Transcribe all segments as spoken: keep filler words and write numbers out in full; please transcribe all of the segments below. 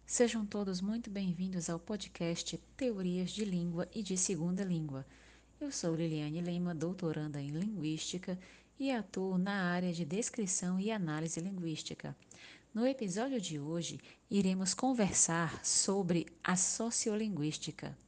Sejam todos muito bem-vindos ao podcast Teorias de Língua e de Segunda Língua. Eu sou Liliane Lima, doutoranda em Linguística e atuo na área de Descrição e Análise Linguística. No episódio de hoje, iremos conversar sobre a sociolinguística,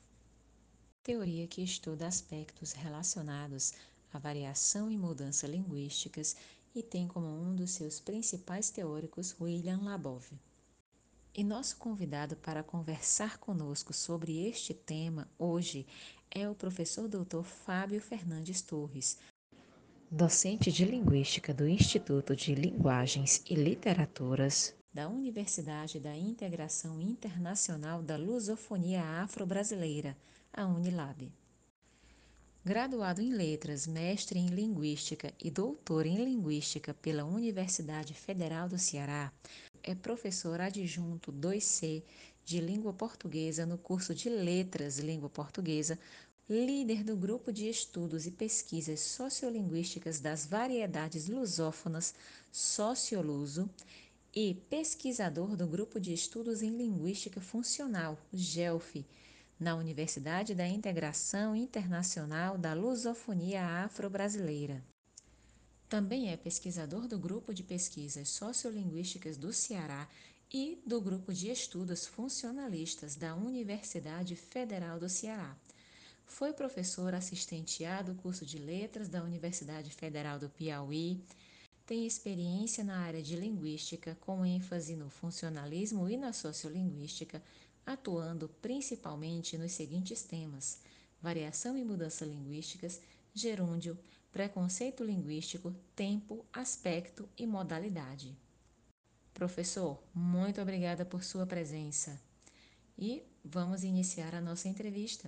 teoria que estuda aspectos relacionados à variação e mudança linguísticas e tem como um dos seus principais teóricos William Labov. E nosso convidado para conversar conosco sobre este tema hoje é o professor doutor Fábio Fernandes Torres, docente de Linguística do Instituto de Linguagens e Literaturas da Universidade da Integração Internacional da Lusofonia Afro-Brasileira, a Unilab. Graduado em Letras, mestre em Linguística e doutor em Linguística pela Universidade Federal do Ceará, é professor adjunto dois C de Língua Portuguesa no curso de Letras Língua Portuguesa, líder do grupo de estudos e pesquisas sociolinguísticas das variedades lusófonas Socioluso e pesquisador do grupo de estudos em Linguística Funcional, GELF, na Universidade da Integração Internacional da Lusofonia Afro-Brasileira. Também é pesquisador do Grupo de Pesquisas Sociolinguísticas do Ceará e do Grupo de Estudos Funcionalistas da Universidade Federal do Ceará. Foi professor assistente A do curso de Letras da Universidade Federal do Piauí. Tem experiência na área de linguística, com ênfase no funcionalismo e na sociolinguística, atuando principalmente nos seguintes temas: variação e mudança linguísticas, gerúndio, preconceito linguístico, tempo, aspecto e modalidade. Professor, muito obrigada por sua presença. E vamos iniciar a nossa entrevista.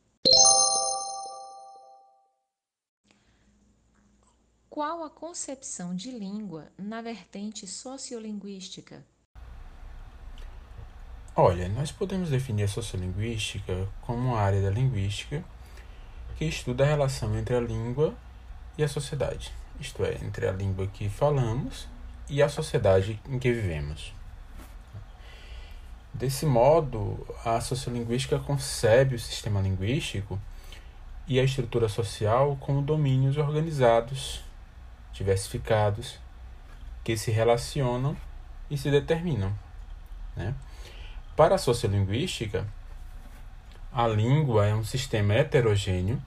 Qual a concepção de língua na vertente sociolinguística? Olha, nós podemos definir a sociolinguística como uma área da linguística que estuda a relação entre a língua e a sociedade, isto é, entre a língua que falamos e a sociedade em que vivemos. Desse modo, a sociolinguística concebe o sistema linguístico e a estrutura social como domínios organizados, diversificados, que se relacionam e se determinam, né? Para a sociolinguística, a língua é um sistema heterogêneo,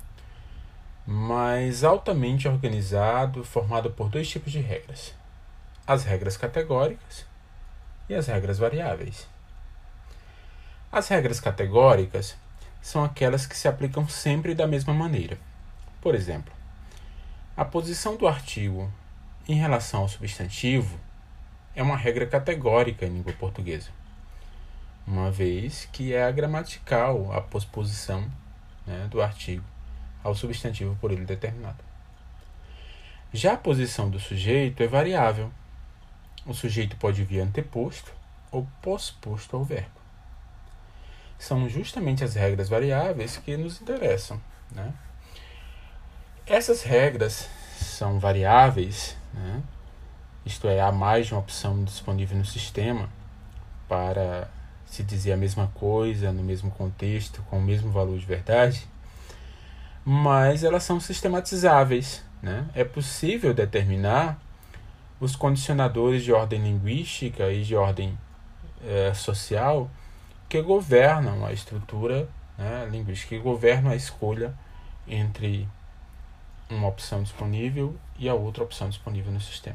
mas altamente organizado, formado por dois tipos de regras: as regras categóricas e as regras variáveis. As regras categóricas são aquelas que se aplicam sempre da mesma maneira. Por exemplo, a posição do artigo em relação ao substantivo é uma regra categórica em língua portuguesa, uma vez que é a gramatical a posposição, né, do artigo ao substantivo por ele determinado. Já a posição do sujeito é variável. O sujeito pode vir anteposto ou posposto ao verbo. São justamente as regras variáveis que nos interessam, né? Essas regras são variáveis, né? Isto é, há mais de uma opção disponível no sistema para se dizer a mesma coisa no mesmo contexto, com o mesmo valor de verdade, mas elas são sistematizáveis, né? É possível determinar os condicionadores de ordem linguística e de ordem eh, social que governam a estrutura, né, linguística, que governam a escolha entre uma opção disponível e a outra opção disponível no sistema.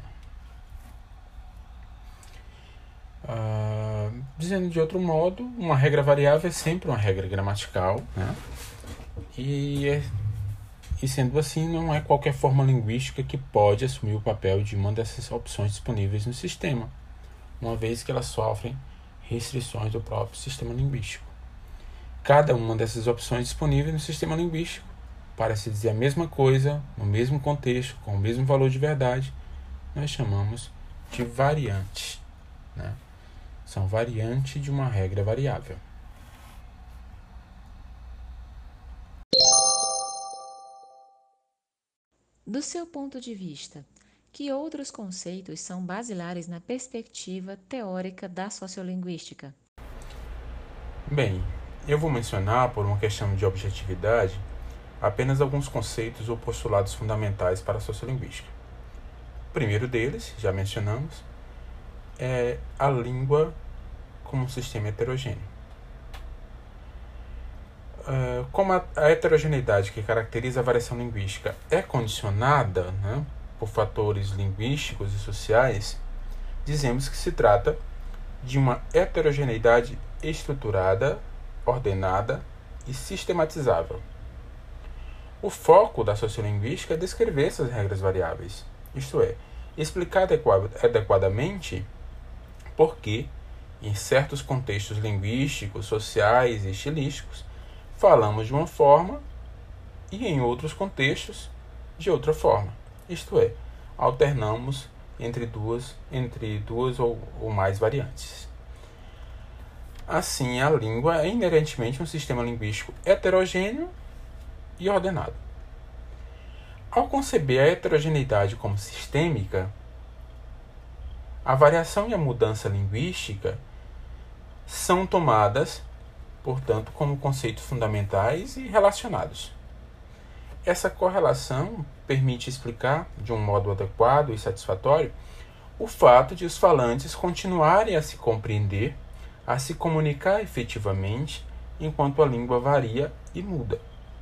Uh, dizendo de outro modo, uma regra variável é sempre uma regra gramatical, né? e, é, e sendo assim, não é qualquer forma linguística que pode assumir o papel de uma dessas opções disponíveis no sistema, uma vez que elas sofrem restrições do próprio sistema linguístico. Cada uma dessas opções disponíveis no sistema linguístico, para se dizer a mesma coisa, no mesmo contexto, com o mesmo valor de verdade, nós chamamos de variantes, né? São variantes de uma regra variável. Do seu ponto de vista, Que outros conceitos são basilares na perspectiva teórica da sociolinguística? Bem, eu vou mencionar, por uma questão de objetividade, apenas alguns conceitos ou postulados fundamentais para a sociolinguística. O primeiro deles, já mencionamos, é a língua como um sistema heterogêneo. Como a heterogeneidade que caracteriza a variação linguística é condicionada, né, por fatores linguísticos e sociais, dizemos que se trata de uma heterogeneidade estruturada, ordenada e sistematizável. O foco da sociolinguística é descrever essas regras variáveis, isto é, explicar adequadamente por que, em certos contextos linguísticos, sociais e estilísticos, falamos de uma forma e, em outros contextos, de outra forma. Isto é, alternamos entre duas, entre duas ou, ou mais variantes. Assim, a língua é inerentemente um sistema linguístico heterogêneo e ordenado. Ao conceber a heterogeneidade como sistêmica, a variação e a mudança linguística são tomadas, portanto, como conceitos fundamentais e relacionados. Essa correlação permite explicar, de um modo adequado e satisfatório, o fato de os falantes continuarem a se compreender, a se comunicar efetivamente, enquanto a língua varia e muda.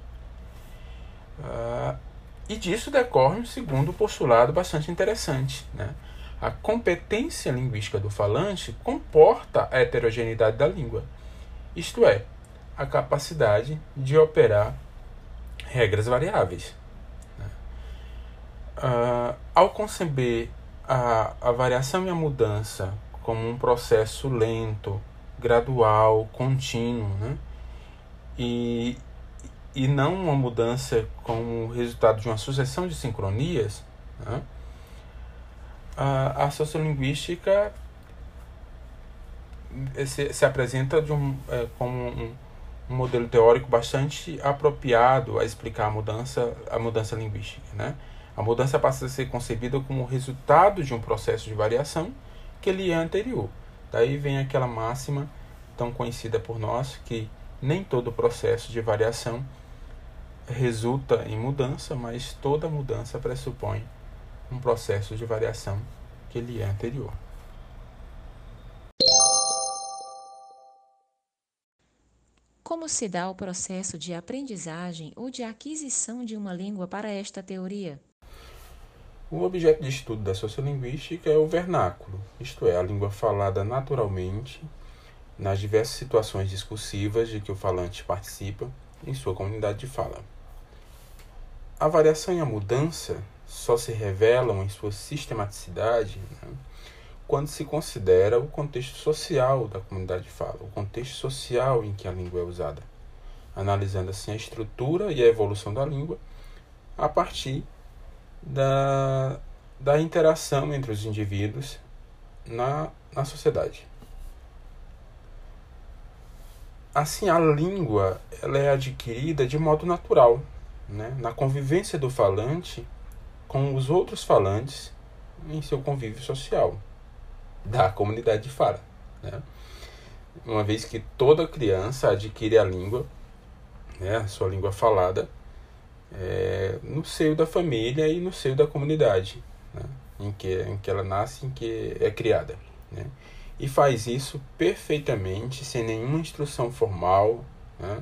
Uh, e disso decorre um segundo postulado bastante interessante, né? A competência linguística do falante comporta a heterogeneidade da língua, isto é, a capacidade de operar regras variáveis. Né? Uh, ao conceber a, a variação e a mudança como um processo lento, gradual, contínuo, né? e, e não uma mudança como resultado de uma sucessão de sincronias, né? a, a sociolinguística se, se apresenta de um, é, como um, um modelo teórico bastante apropriado a explicar a mudança, a mudança linguística. Né? A mudança passa a ser concebida como resultado de um processo de variação que lhe é anterior. Daí vem aquela máxima tão conhecida por nós, que nem todo processo de variação resulta em mudança, mas toda mudança pressupõe um processo de variação que lhe é anterior. Como se dá o processo de aprendizagem ou de aquisição de uma língua para esta teoria? O objeto de estudo da sociolinguística é o vernáculo, isto é, a língua falada naturalmente nas diversas situações discursivas de que o falante participa em sua comunidade de fala. A variação e a mudança só se revelam em sua sistematicidade, né, quando se considera o contexto social da comunidade de fala, o contexto social em que a língua é usada, analisando assim a estrutura e a evolução da língua a partir da, da interação entre os indivíduos na, na sociedade. Assim, a língua ela é adquirida de modo natural, né, na convivência do falante com os outros falantes em seu convívio social da comunidade de fala. Né? Uma vez que toda criança adquire a língua, né, a sua língua falada, é, no seio da família e no seio da comunidade, né, em, que, em que ela nasce, em que é criada. Né? E faz isso perfeitamente, sem nenhuma instrução formal, né,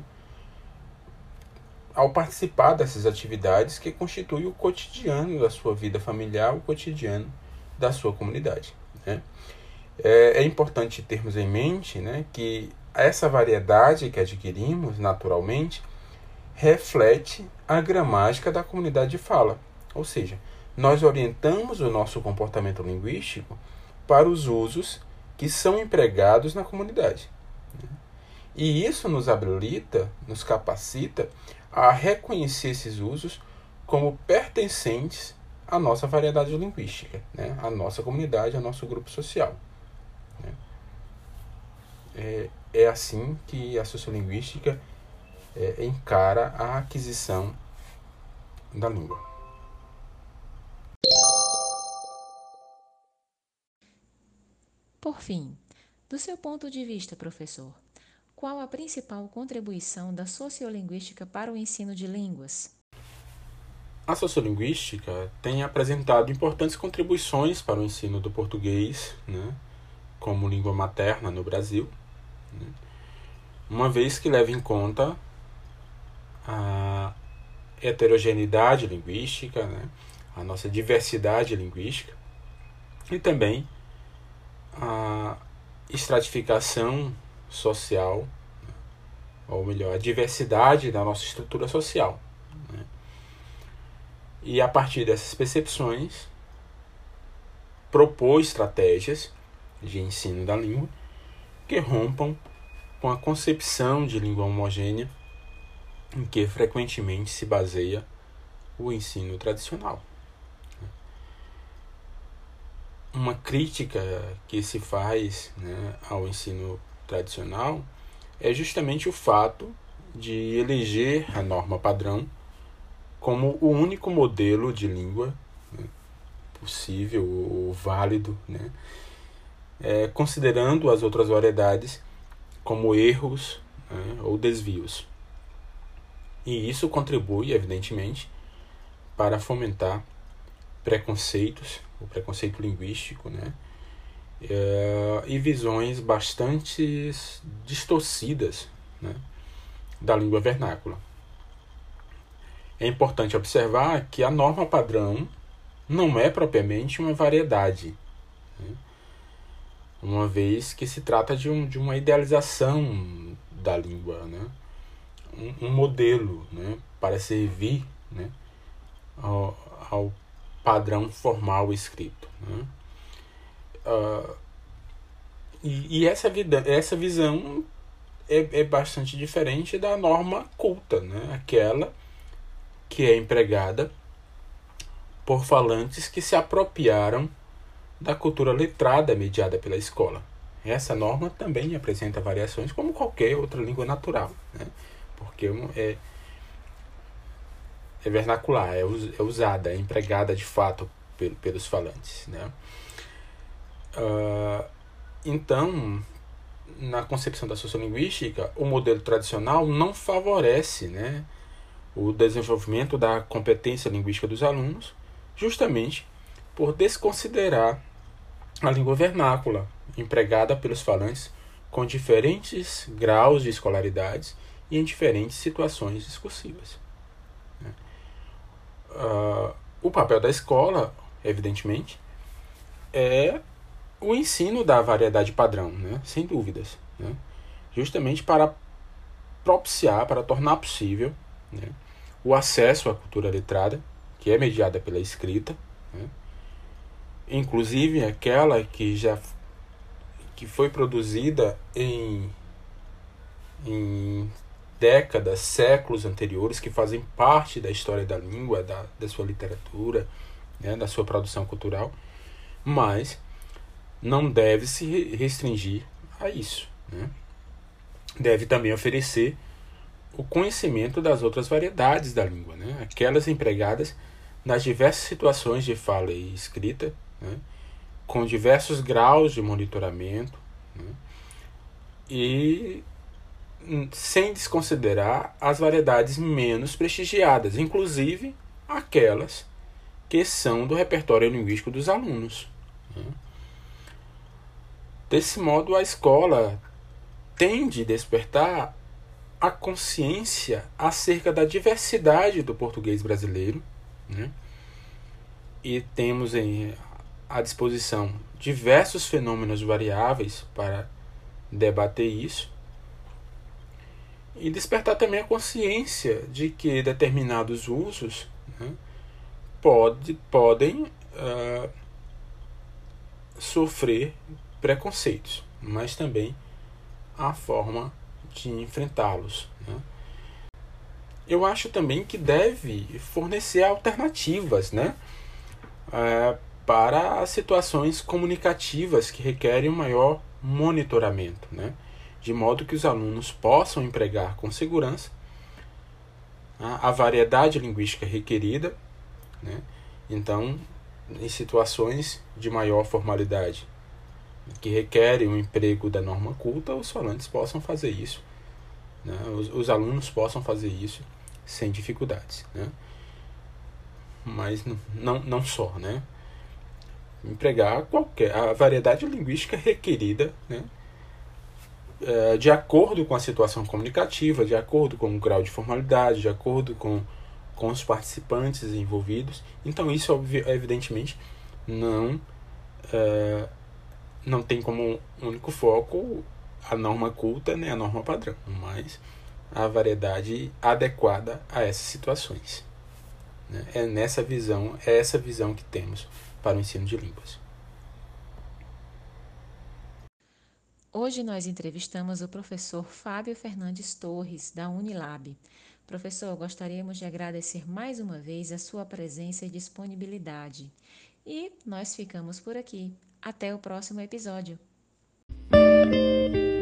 ao participar dessas atividades que constituem o cotidiano da sua vida familiar, o cotidiano da sua comunidade. Né? É, é importante termos em mente, né, que essa variedade que adquirimos naturalmente reflete a gramática da comunidade de fala, ou seja, nós orientamos o nosso comportamento linguístico para os usos que são empregados na comunidade. E isso nos habilita, nos capacita a reconhecer esses usos como pertencentes à nossa variedade linguística, né? À nossa comunidade, ao nosso grupo social. Né? É, é assim que a sociolinguística é, encara a aquisição da língua. Por fim, do seu ponto de vista, professor, qual a principal contribuição da sociolinguística para o ensino de línguas? A sociolinguística tem apresentado importantes contribuições para o ensino do português, né, como língua materna no Brasil, né, uma vez que leva em conta a heterogeneidade linguística, né, a nossa diversidade linguística e também a estratificação social, ou melhor, a diversidade da nossa estrutura social. Né? E a partir dessas percepções, propor estratégias de ensino da língua que rompam com a concepção de língua homogênea em que frequentemente se baseia o ensino tradicional. Uma crítica que se faz, né, ao ensino tradicional é justamente o fato de eleger a norma padrão como o único modelo de língua, né, possível ou válido, né, é, considerando as outras variedades como erros, né, ou desvios. E isso contribui, evidentemente, para fomentar preconceitos, o preconceito linguístico, né? É, e visões bastante distorcidas, né, da língua vernácula. É importante observar que a norma padrão não é propriamente uma variedade, né, uma vez que se trata de, um, de uma idealização da língua, né, um, um modelo, né, para servir, né, ao, ao padrão formal escrito. Né? Uh, e, e essa, vida, essa visão é, é bastante diferente da norma culta, né? Aquela que é empregada por falantes que se apropriaram da cultura letrada mediada pela escola. Essa norma também apresenta variações como qualquer outra língua natural, né? Porque é é vernacular, é usada, é empregada de fato pelos falantes. Né? Uh, então, na concepção da sociolinguística, o modelo tradicional não favorece, né, o desenvolvimento da competência linguística dos alunos, justamente por desconsiderar a língua vernácula, empregada pelos falantes com diferentes graus de escolaridades e em diferentes situações discursivas. Uh, o papel da escola, evidentemente, é o ensino da variedade padrão, né? Sem dúvidas. Né? Justamente para propiciar, para tornar possível, né, o acesso à cultura letrada, que é mediada pela escrita, né? Inclusive aquela que já que foi produzida em, em décadas, séculos anteriores, que fazem parte da história da língua, da, da sua literatura, né, da sua produção cultural, mas não deve se restringir a isso. Né? Deve também oferecer o conhecimento das outras variedades da língua, né? Aquelas empregadas nas diversas situações de fala e escrita, né? Com diversos graus de monitoramento, né? E sem desconsiderar as variedades menos prestigiadas, inclusive aquelas que são do repertório linguístico dos alunos. Desse modo, a escola tende a despertar a consciência acerca da diversidade do português brasileiro, né? E temos em, à disposição diversos fenômenos variáveis para debater isso, e despertar também a consciência de que determinados usos, né, pode, podem uh, sofrer preconceitos, mas também a forma de enfrentá-los. Né? Eu acho também que deve fornecer alternativas, né, uh, para as situações comunicativas que requerem um maior monitoramento, né? De modo que os alunos possam empregar com segurança a variedade linguística requerida, né? Então, em situações de maior formalidade, que requerem o emprego da norma culta, os falantes possam fazer isso, né? os, os alunos possam fazer isso sem dificuldades, né? Mas não, não só, né? Empregar qualquer a variedade linguística requerida, né? De acordo com a situação comunicativa, de acordo com o grau de formalidade, de acordo com, com os participantes envolvidos. Então isso, evidentemente, não, uh, não tem como único foco a norma culta nem a norma padrão, mas a variedade adequada a essas situações. Né? É nessa visão, é essa visão que temos para o ensino de línguas. Hoje nós entrevistamos o professor Fábio Fernandes Torres, da Unilab. Professor, gostaríamos de agradecer mais uma vez a sua presença e disponibilidade. E nós ficamos por aqui. Até o próximo episódio.